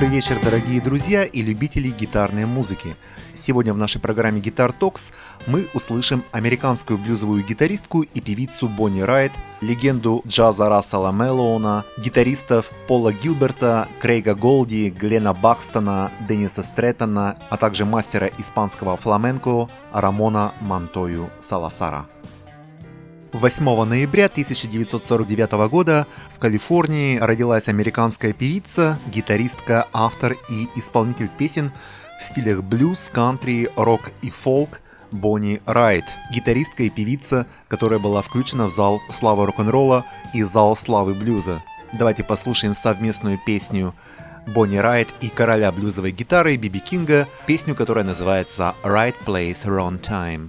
Добрый вечер, дорогие друзья и любители гитарной музыки. Сегодня в нашей программе Guitar Talks мы услышим американскую блюзовую гитаристку и певицу Бонни Райт, легенду джаза Рассела Мэлоуна, гитаристов Пола Гилберта, Крейга Голди, Глена Бакстона, Денниса Стрэттона, а также мастера испанского фламенко Рамона Монтою Саласара. 8 ноября 1949 года в Калифорнии родилась американская певица, гитаристка, автор и исполнитель песен в стилях блюз, кантри, рок и фолк Бонни Райт, гитаристка и певица, которая была включена в зал славы рок-н-ролла и зал славы блюза. Давайте послушаем совместную песню Бонни Райт и короля блюзовой гитары Би Би Кинга, песню, которая называется «Right Place, Wrong Time».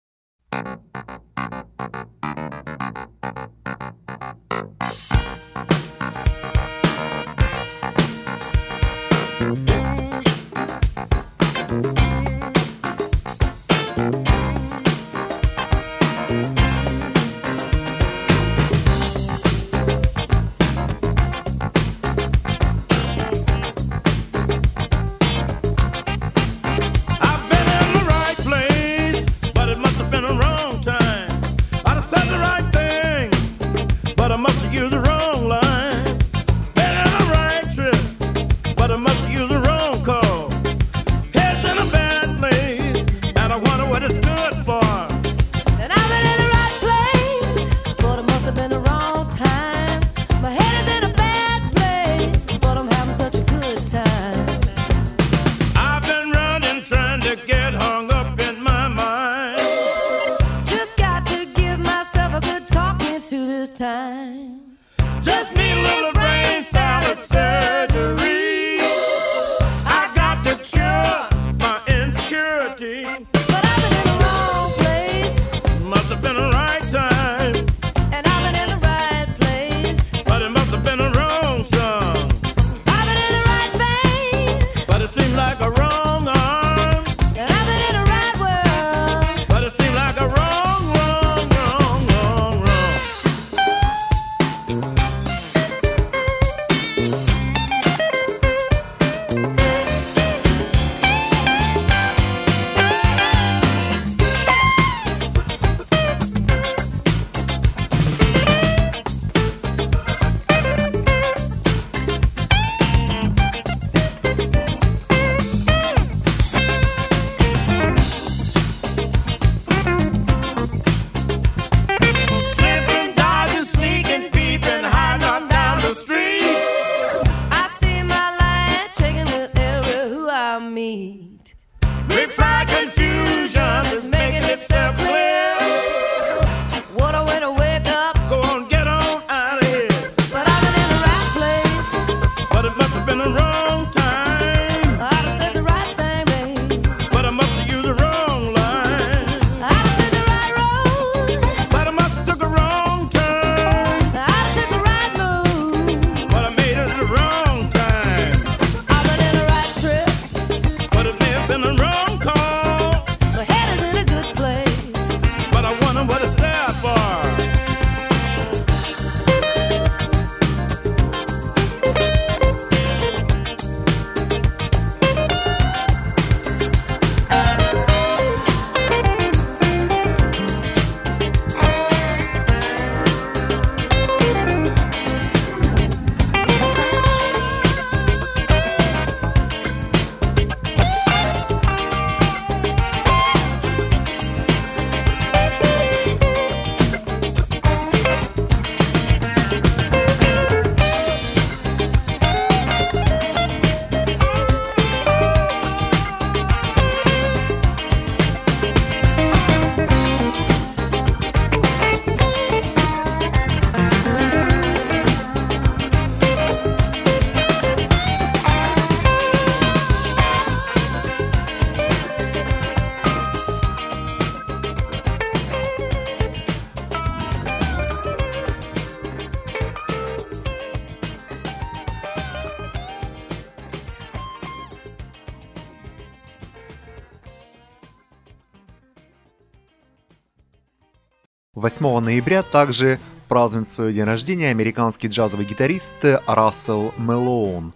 «8 ноября также празднует свой день рождения американский джазовый гитарист Рассел Мэлоун.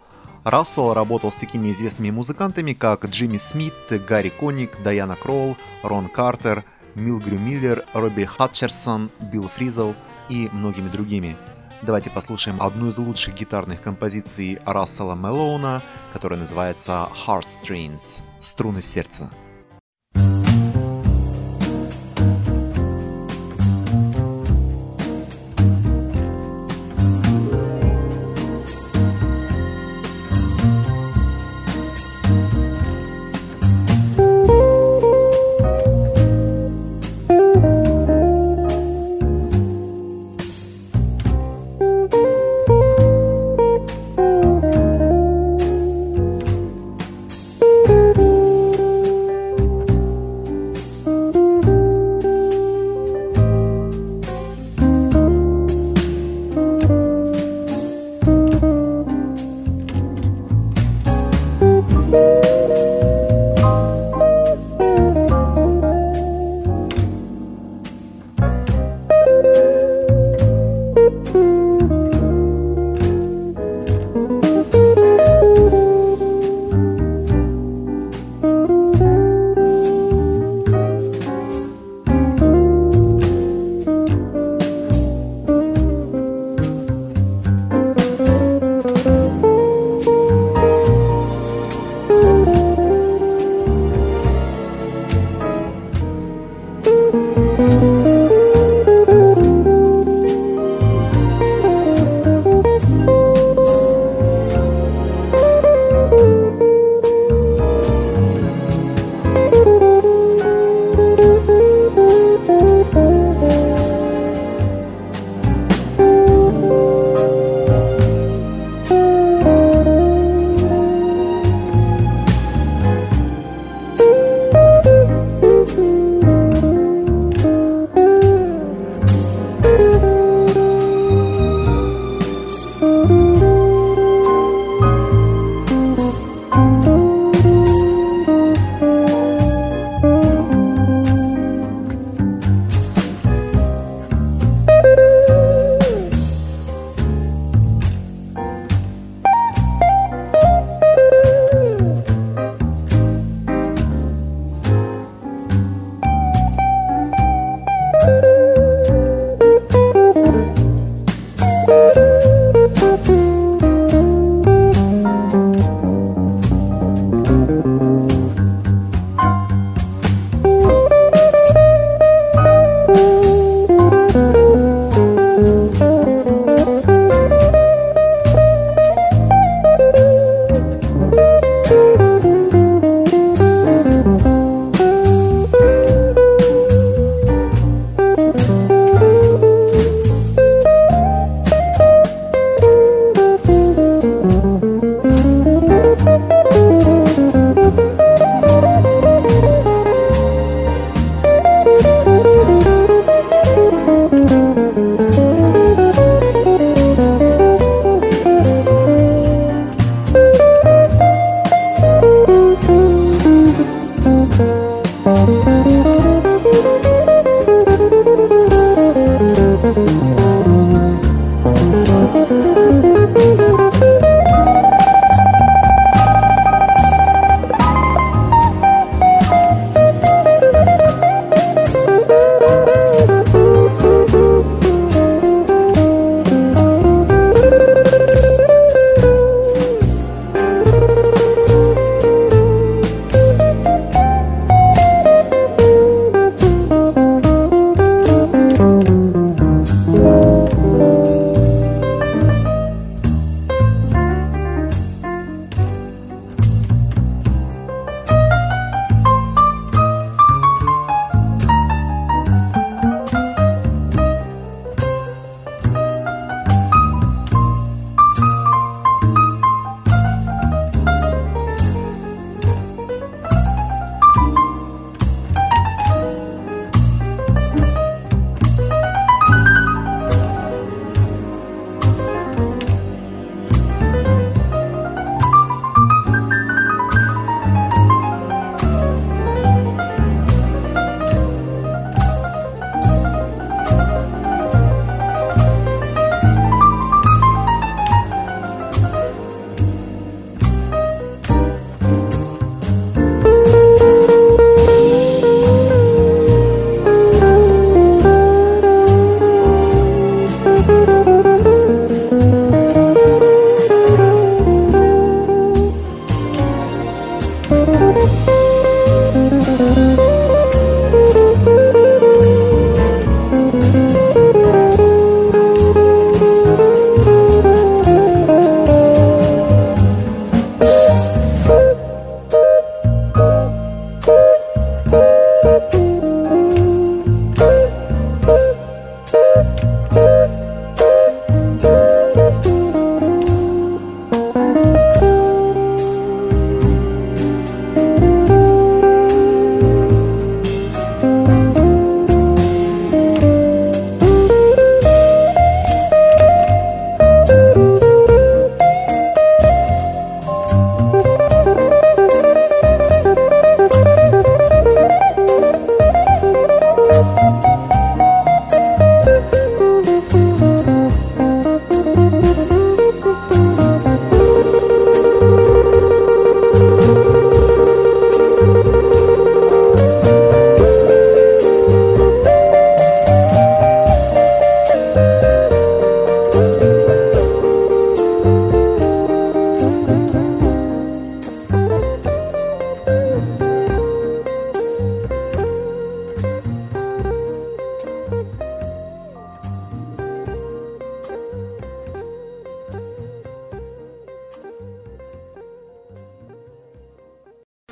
Рассел работал с такими известными музыкантами, как Джимми Смит, Гарри Коник, Дайана Кролл, Рон Картер, Милгрю Миллер, Робби Хатчерсон, Билл Фризел и многими другими. Давайте послушаем одну из лучших гитарных композиций Рассела Мэлоуна, которая называется Heartstrings – «Струны сердца».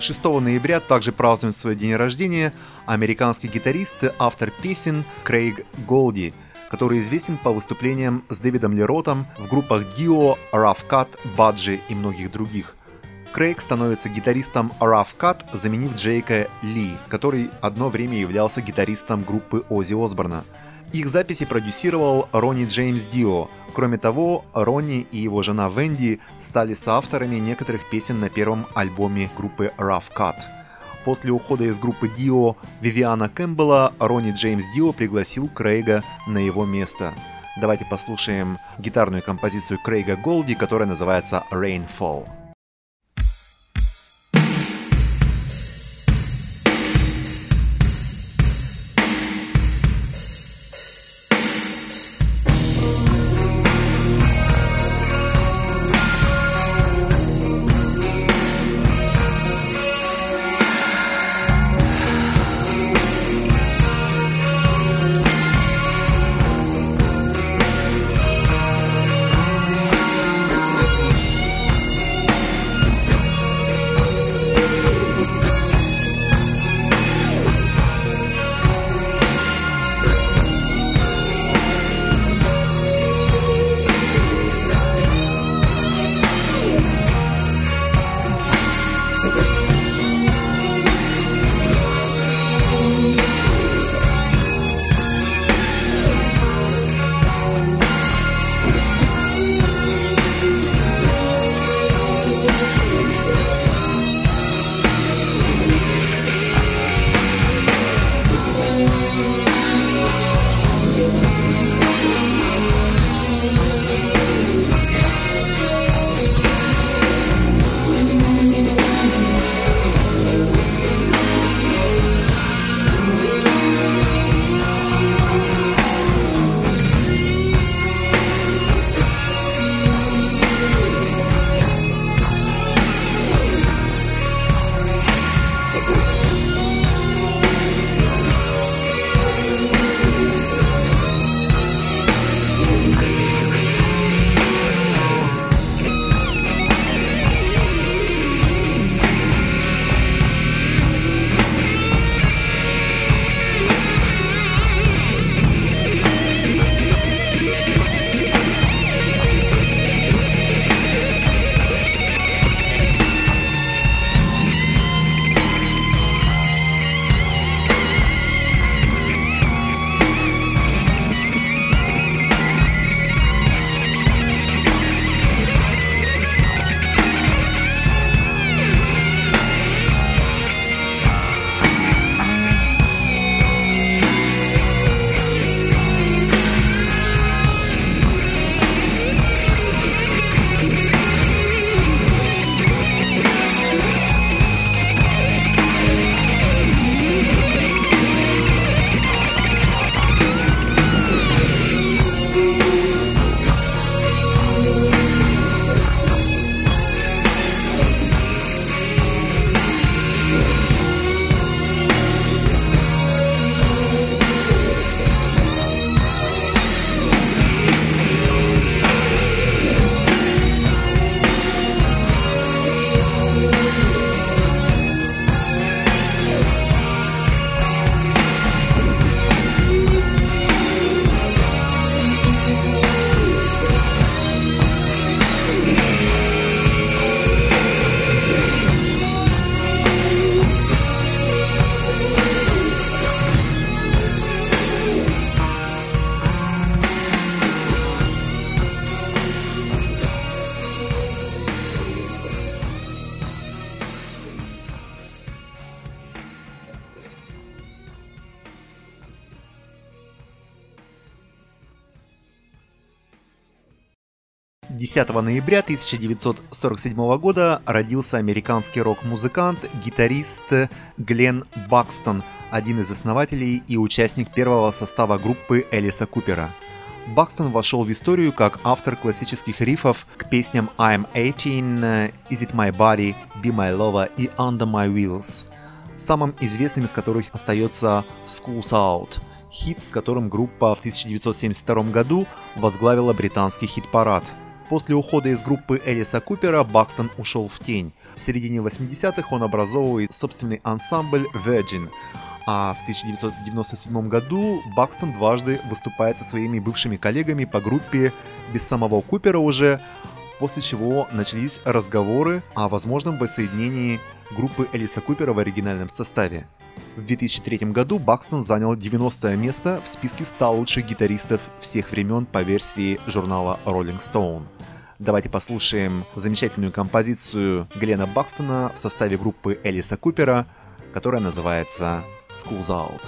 6 ноября также празднует свой день рождения американский гитарист и автор песен Крейг Голди, который известен по выступлениям с Дэвидом Ли Ротом в группах Dio, Rough Cut, Budgie и многих других. Крейг становится гитаристом Rough Cut, заменив Джейка Ли, который одно время являлся гитаристом группы Оззи Осборна. Их записи продюсировал Ронни Джеймс Дио. Кроме того, Ронни и его жена Венди стали соавторами некоторых песен на первом альбоме группы Rough Cut. После ухода из группы Дио Вивиана Кэмпбелла Ронни Джеймс Дио пригласил Крейга на его место. Давайте послушаем гитарную композицию Крейга Голди, которая называется Rainfall. Десятого ноября 1947 года родился американский рок-музыкант, гитарист Глен Бакстон, один из основателей и участник первого состава группы Элиса Купера. Бакстон вошел в историю как автор классических рифов к песням I'm 18, Is It My Body, Be My Lover и Under My Wheels, самым известным из которых остается School's Out, хит, с которым группа в 1972 году возглавила британский хит-парад. После ухода из группы Элиса Купера Бакстон ушел в тень. В середине 80-х он образовывает собственный ансамбль Virgin, а в 1997 году Бакстон дважды выступает со своими бывшими коллегами по группе без самого Купера уже, после чего начались разговоры о возможном воссоединении группы Элиса Купера в оригинальном составе. В 2003 году Бакстон занял 90-е место в списке 100 лучших гитаристов всех времен по версии журнала Rolling Stone. Давайте послушаем замечательную композицию Глена Бакстона в составе группы Элиса Купера, которая называется «School's Out».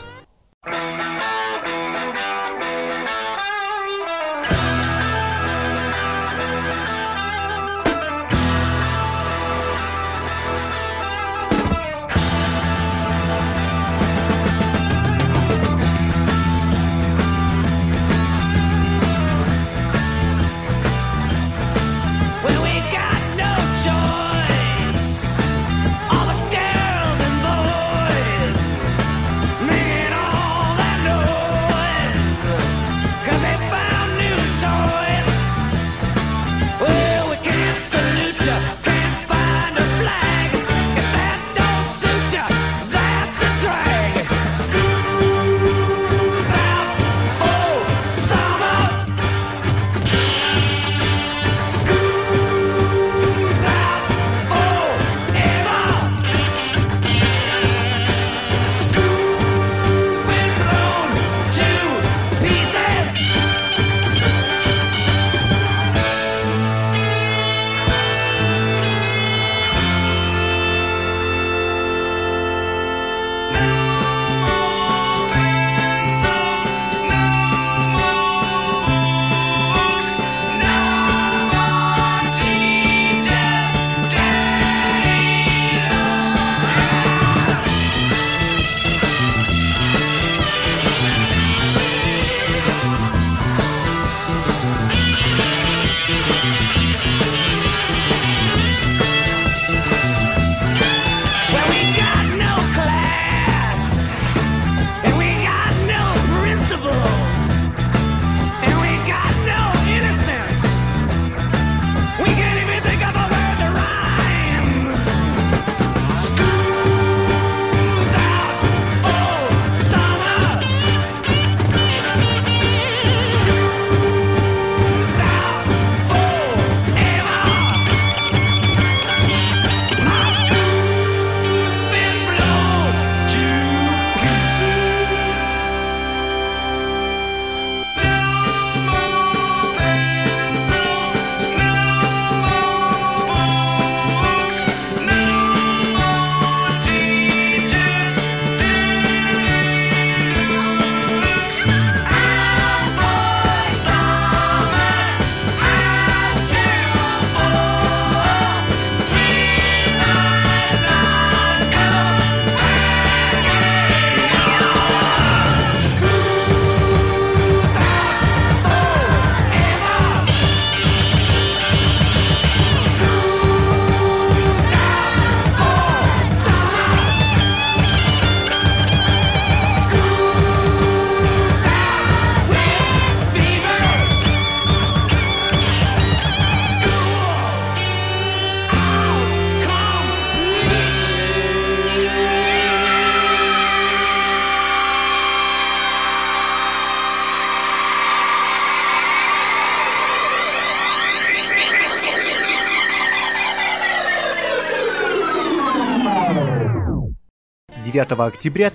Октября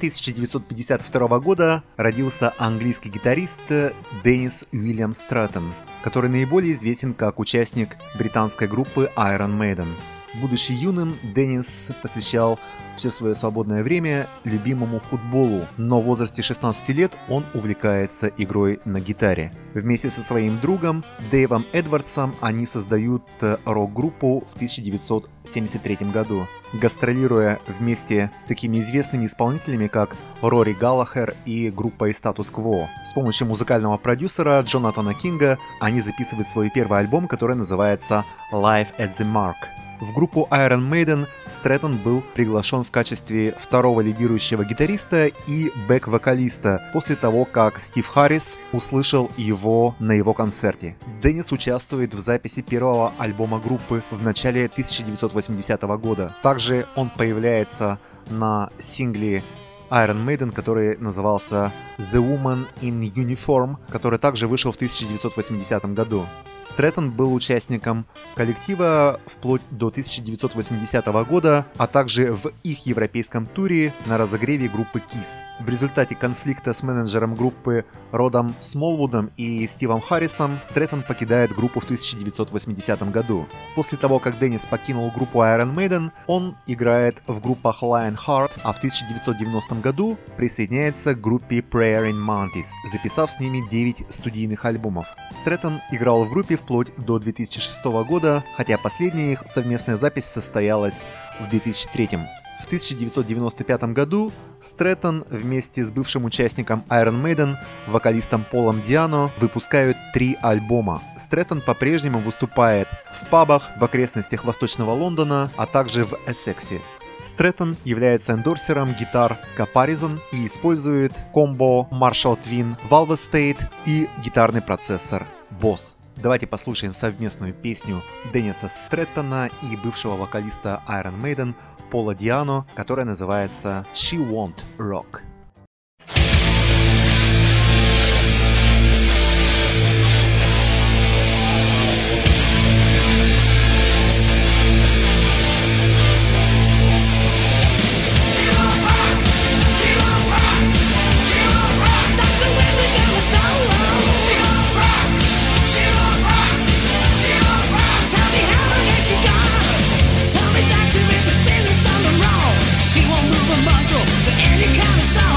1952 года родился английский гитарист Деннис Уильям Стрэттон, который наиболее известен как участник британской группы Iron Maiden. Будучи юным, Деннис посвящал все свое свободное время любимому футболу, но в возрасте 16 лет он увлекается игрой на гитаре. Вместе со своим другом Дэйвом Эдвардсом они создают рок-группу в 1973 году, гастролируя вместе с такими известными исполнителями, как Рори Галлахер и группой Status Quo. С помощью музыкального продюсера Джонатана Кинга они записывают свой первый альбом, который называется Live at the Mark. В группу Iron Maiden Стрэттон был приглашен в качестве второго лидирующего гитариста и бэк-вокалиста после того, как Стив Харрис услышал его на его концерте. Деннис участвует в записи первого альбома группы в начале 1980 года. Также он появляется на сингле Iron Maiden, который назывался The Woman in Uniform, который также вышел в 1980 году. Стрэттон был участником коллектива вплоть до 1980 года, а также в их европейском туре на разогреве группы Kiss. В результате конфликта с менеджером группы Родом Смолвудом и Стивом Харрисом Стрэттон покидает группу в 1980 году. После того, как Деннис покинул группу Iron Maiden, он играет в группах Lionheart, а в 1990 году присоединяется к группе Prayer in Mantis, записав с ними 9 студийных альбомов. Стрэттон играл в группе вплоть до 2006 года, хотя последняя их совместная запись состоялась в 2003. В 1995 году Стрэттон вместе с бывшим участником Iron Maiden, вокалистом Полом Диано, выпускают 3 альбома. Стрэттон по-прежнему выступает в пабах в окрестностях Восточного Лондона, а также в Эссексе. Стрэттон является эндорсером гитар Caparison и использует комбо Marshall Twin Valve Estate и гитарный процессор Boss. Давайте послушаем совместную песню Денниса Стрэттона и бывшего вокалиста Iron Maiden Пола Диано, которая называется She Won't Rock. She won't move a muscle to any kind of sound.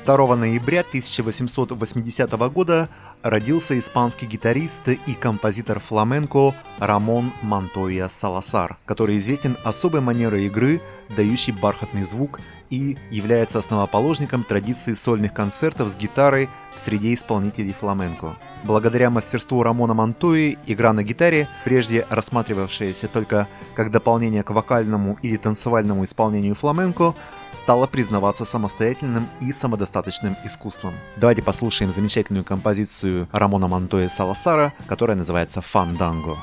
2 ноября 1880 года родился испанский гитарист и композитор фламенко Рамон Монтойя Саласар, который известен особой манерой игры, дающей бархатный звук, и является основоположником традиции сольных концертов с гитарой в среде исполнителей фламенко. Благодаря мастерству Рамона Монтойи игра на гитаре, прежде рассматривавшаяся только как дополнение к вокальному или танцевальному исполнению фламенко, стала признаваться самостоятельным и самодостаточным искусством. Давайте послушаем замечательную композицию Рамона Монтойи Саласара, которая называется «Фанданго».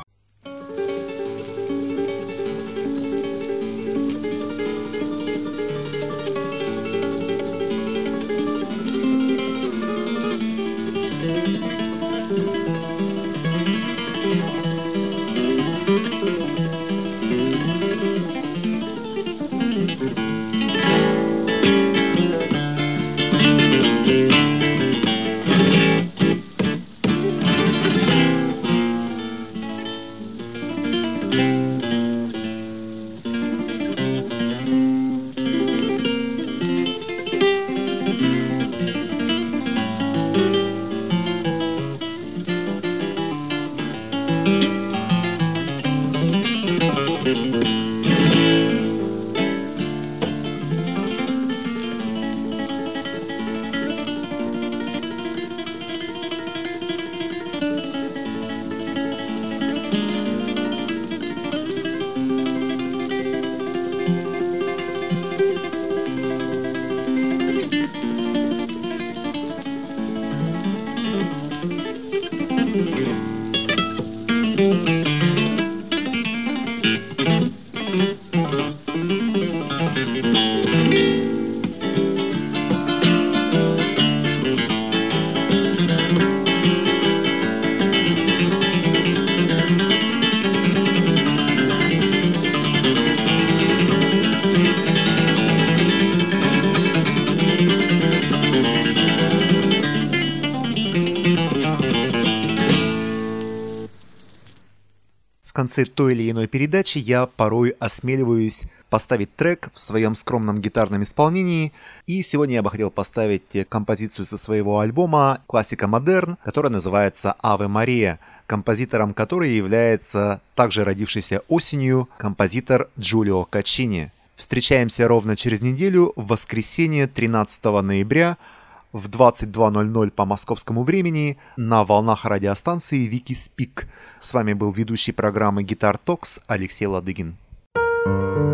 В конце той или иной передачи я порой осмеливаюсь поставить трек в своем скромном гитарном исполнении, и сегодня я бы хотел поставить композицию со своего альбома «Классика Модерн», которая называется «Аве Мария», композитором которой является также родившийся осенью композитор Джулио Каччини. Встречаемся ровно через неделю, в воскресенье 13 ноября в 22:00 по московскому времени на волнах радиостанции Вики Спик. С вами был ведущий программы Guitar Talks Алексей Ладыгин.